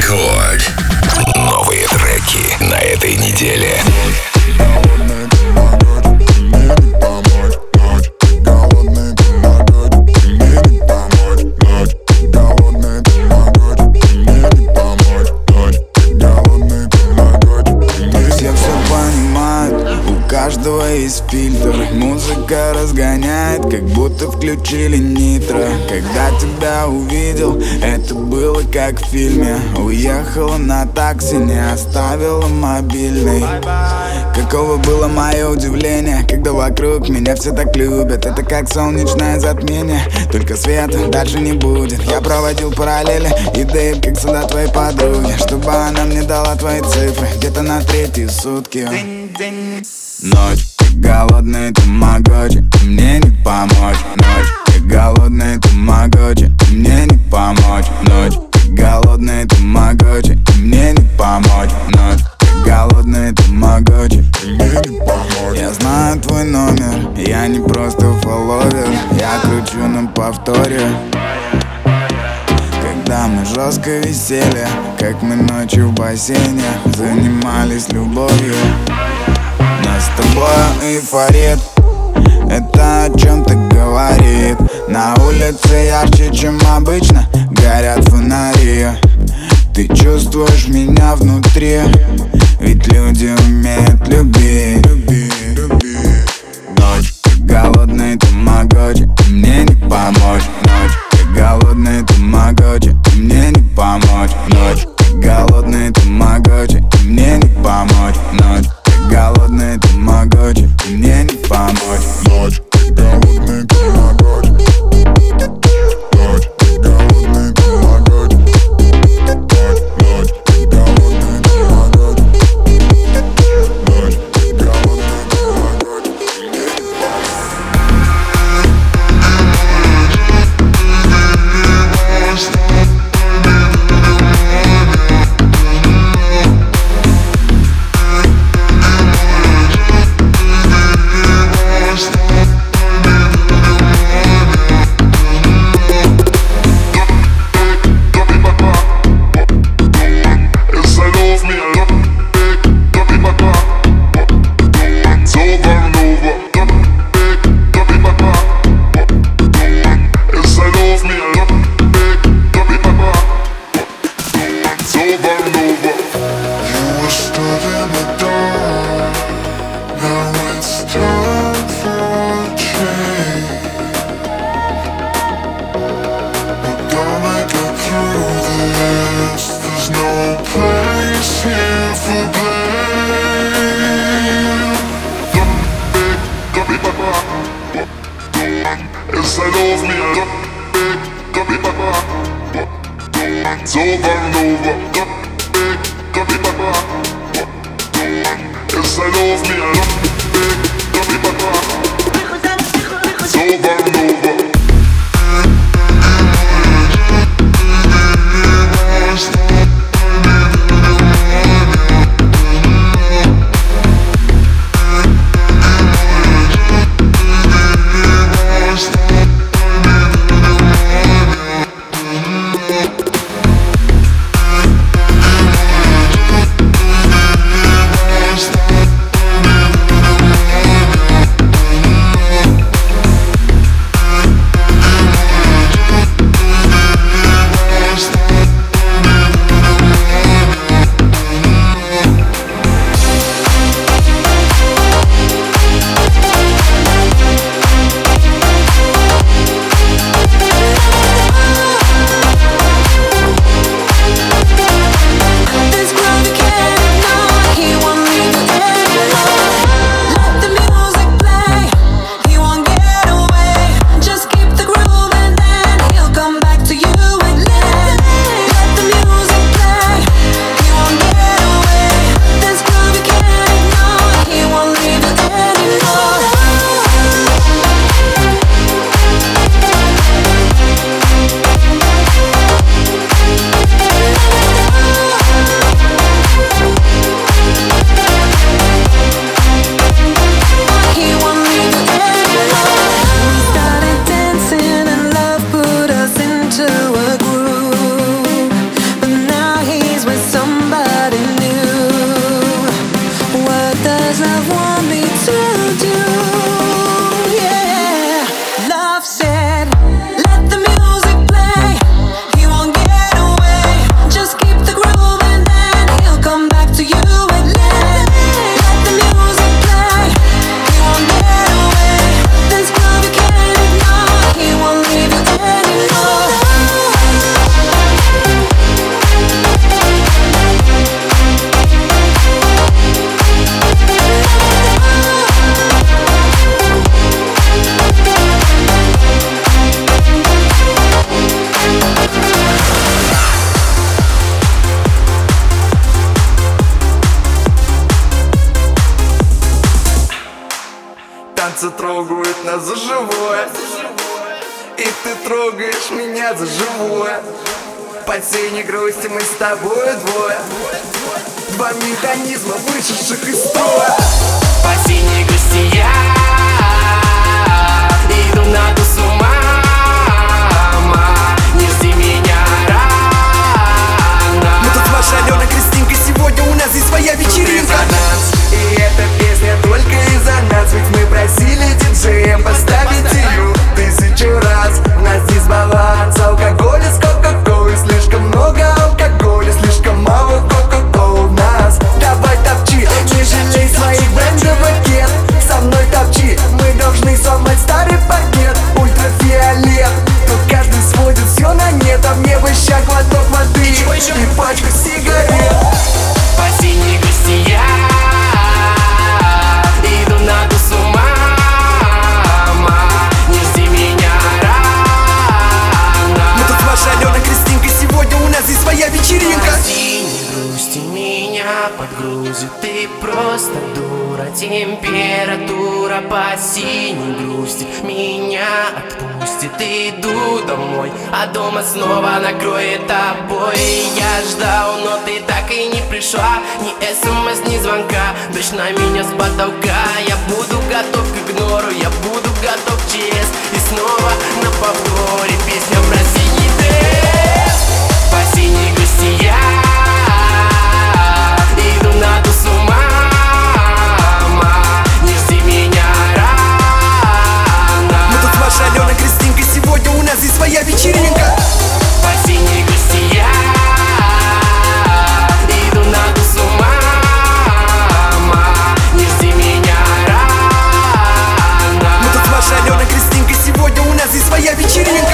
Рекорд. Новые треки на этой неделе. Есть фильтр, музыка разгоняет, как будто включили нитро. Когда тебя увидел, это было как в фильме. Уехала на такси, не оставила мобильный. Каково было мое удивление, когда вокруг меня все так любят. Это как солнечное затмение, только света дальше не будет. Я проводил параллели и дейп, как сюда твоей подруги, чтобы она мне дала твои цифры где-то на третьи сутки. Ночь, ты голодный тамагочи, мне не помочь. Ночь, ты голодный тамагочи, мне не помочь. Ночь, ты голодный тамагочи, мне не помочь. Ночь, ты голодный тамагочи, мне не помочь. Я знаю твой номер, я не просто фолловер, я кручу на повторе. Когда мы жестко висели, как мы ночью в бассейне занимались любовью. Нас с тобой эйфорит, это о чем-то говорит. На улице ярче, чем обычно, горят фонари. Ты чувствуешь меня внутри, ведь люди умеют любить. Ночь, ты голодный тамагочи, мне не помочь. Ночь, ты голодный тамагочи, мне не помочь. Ночь, ты голодный тамагочи, мне не помочь. Ночь, голодный тамагочи, мне не помочь. Ночь, голодный тамагочи. Ночь, голодный тамагочи. Ночь, голодный тамагочи. Ночь, голодный тамагочи. сердце трогает нас за живое. И ты трогаешь меня за живое. По синей грусти мы с тобой двое. Два механизма, вышедших из строя. По синей грусти я иду на ту с ума. Не жди меня рано. Мы тут с вашей Аленой Кристинкой. Сегодня у нас здесь своя вечеринка. И эта песня только из-за нас. Ведь мы просили диджея поставить ее 1000 раз. У нас дисбаланс алкоголя с кока-колой. Слишком много алкоголя, слишком мало кока-колы в нас. Давай топчи, не жалей своих брендовых кет. Со мной топчи, мы должны сломать старый паркет. Ультрафиолет, тут каждый сводит все на нет. А мне бы ща глоток воды и пачку сигарет. По синей грусти я иду на ту с ума. Не жди меня рано. Мы тут с вашей Аленой Кристинкой. Сегодня у нас здесь своя вечеринка. По синей грусти меня подгрузит. Ты просто дура. Температура по синей грусти меня отпустит. Иду домой, а дома снова накроет обои. Я ждал, но ты так и не пришла. Ни смс, ни звонка. Дождь на меня с потолка. Я буду готов к игнору, я буду готов к ЧС. И снова на повторе песня про синий дресс. По синей грусти я иду на ту с ума. Не жди меня рано. Мы тут с вашей Аленой Кристинкой. Сегодня у нас здесь своя вечеринка. По синей грусти я иду на ту с ума. Не жди меня рано. Мы тут с вашей Аленой Кристинкой. Сегодня у нас здесь своя вечеринка.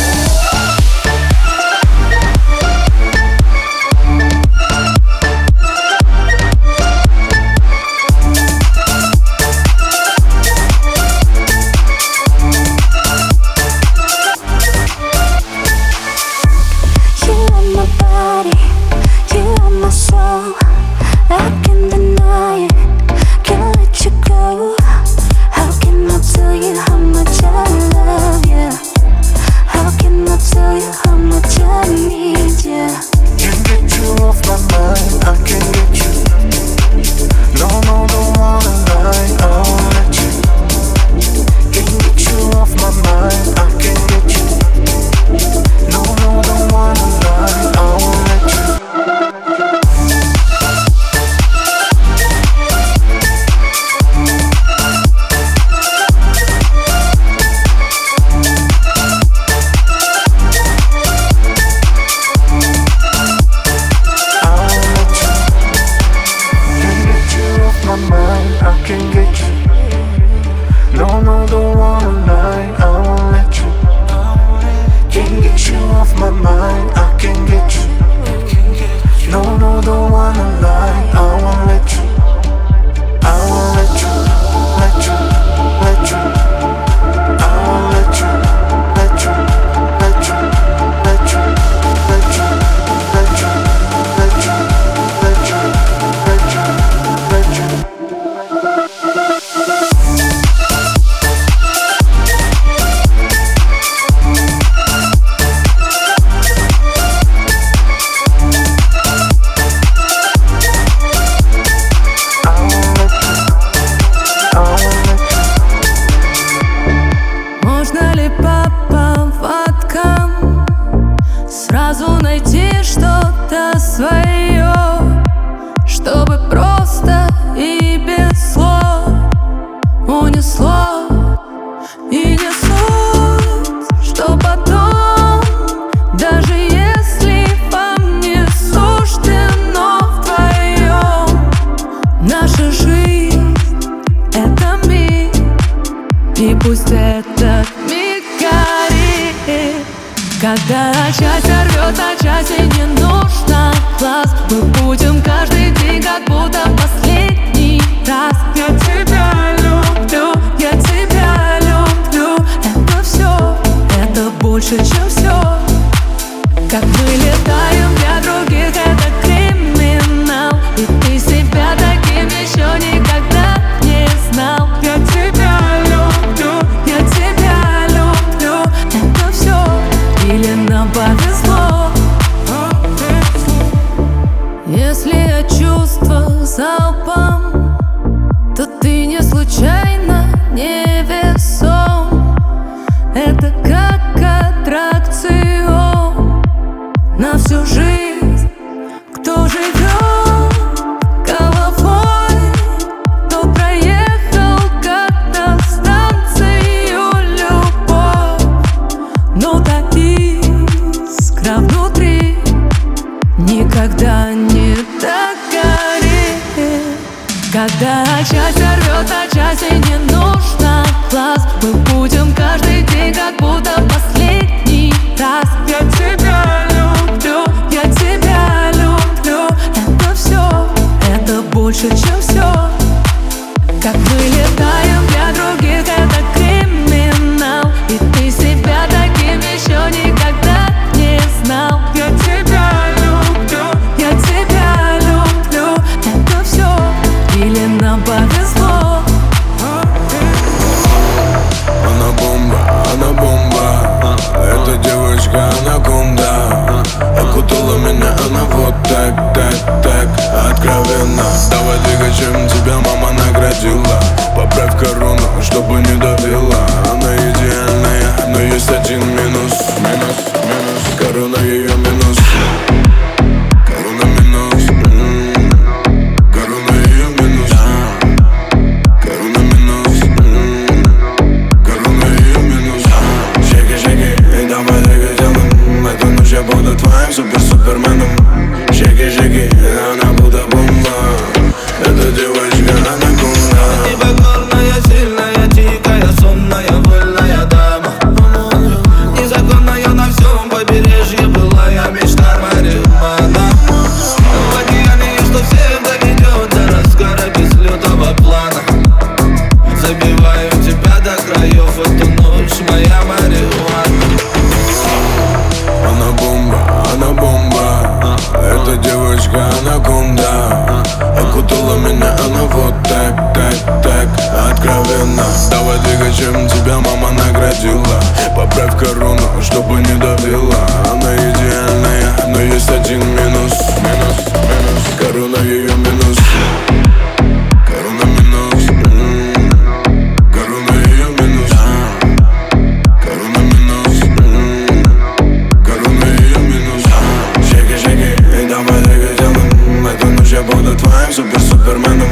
пусть этот миг горит. Когда часть рвет, а части не нужно глаз, мы будем каждый день как будто последний раз. Я тебя люблю, я тебя люблю. Это все, это больше, чем все. Как мы летаем для других, это криминал. И ты себя таким еще никогда не знал. Я тебя люблю. чувства залпом, то ты не случайно невесом. Это как аттракцион на всю жизнь. Кто живет головой, то проехал как-то станцию любовь. Но та искра внутри никогда не догорит. Когда часть рвет, а части не нужно глаз, мы будем каждый день как будто последний раз. Я тебя люблю, я тебя люблю. Это все, это больше, чем все. Как мы летаем для других, это криминал. И ты себя таким еще никогда не знал. Я тебя люблю, я тебя люблю. Это все, или нам повезло? Она бомба, эта девочка анаконда. Окутала меня она вот так, так, так, откровенно. Давай двигай, чем тебя мама наградила. Поправь корону, чтобы не давила. Она идеальная, но есть один минус. Корона ее минус. Корона минус. Корона ее минус. Корона минус. Корона ее минус. Шейки, и давай двигай телом. Эту ночь я буду твоим суперменом. Шейки, она будто бомба. Эта девочка анаконда. Непокорная, сильная, дикая, сонная, вольная дама. Незаконная на всем побережье былая мечта марихуана. В океане, что всех доведет до разгара без лютого плана. Забиваю тебя до краев, эту ночь моя марихуана. Она бомба, эта девочка анаконда. Окутала меня она вот так, так, так, откровенно. Давай двигай, чем тебя мама наградила. Поправь корону, чтобы не давила. Она идеальная, но есть один минус. Корона ее минус. Корона минус. Корона ее минус. Корона минус. Корона ее минус. Шейки, и давай двигай телом. Эту ночь я буду твоим суперменом.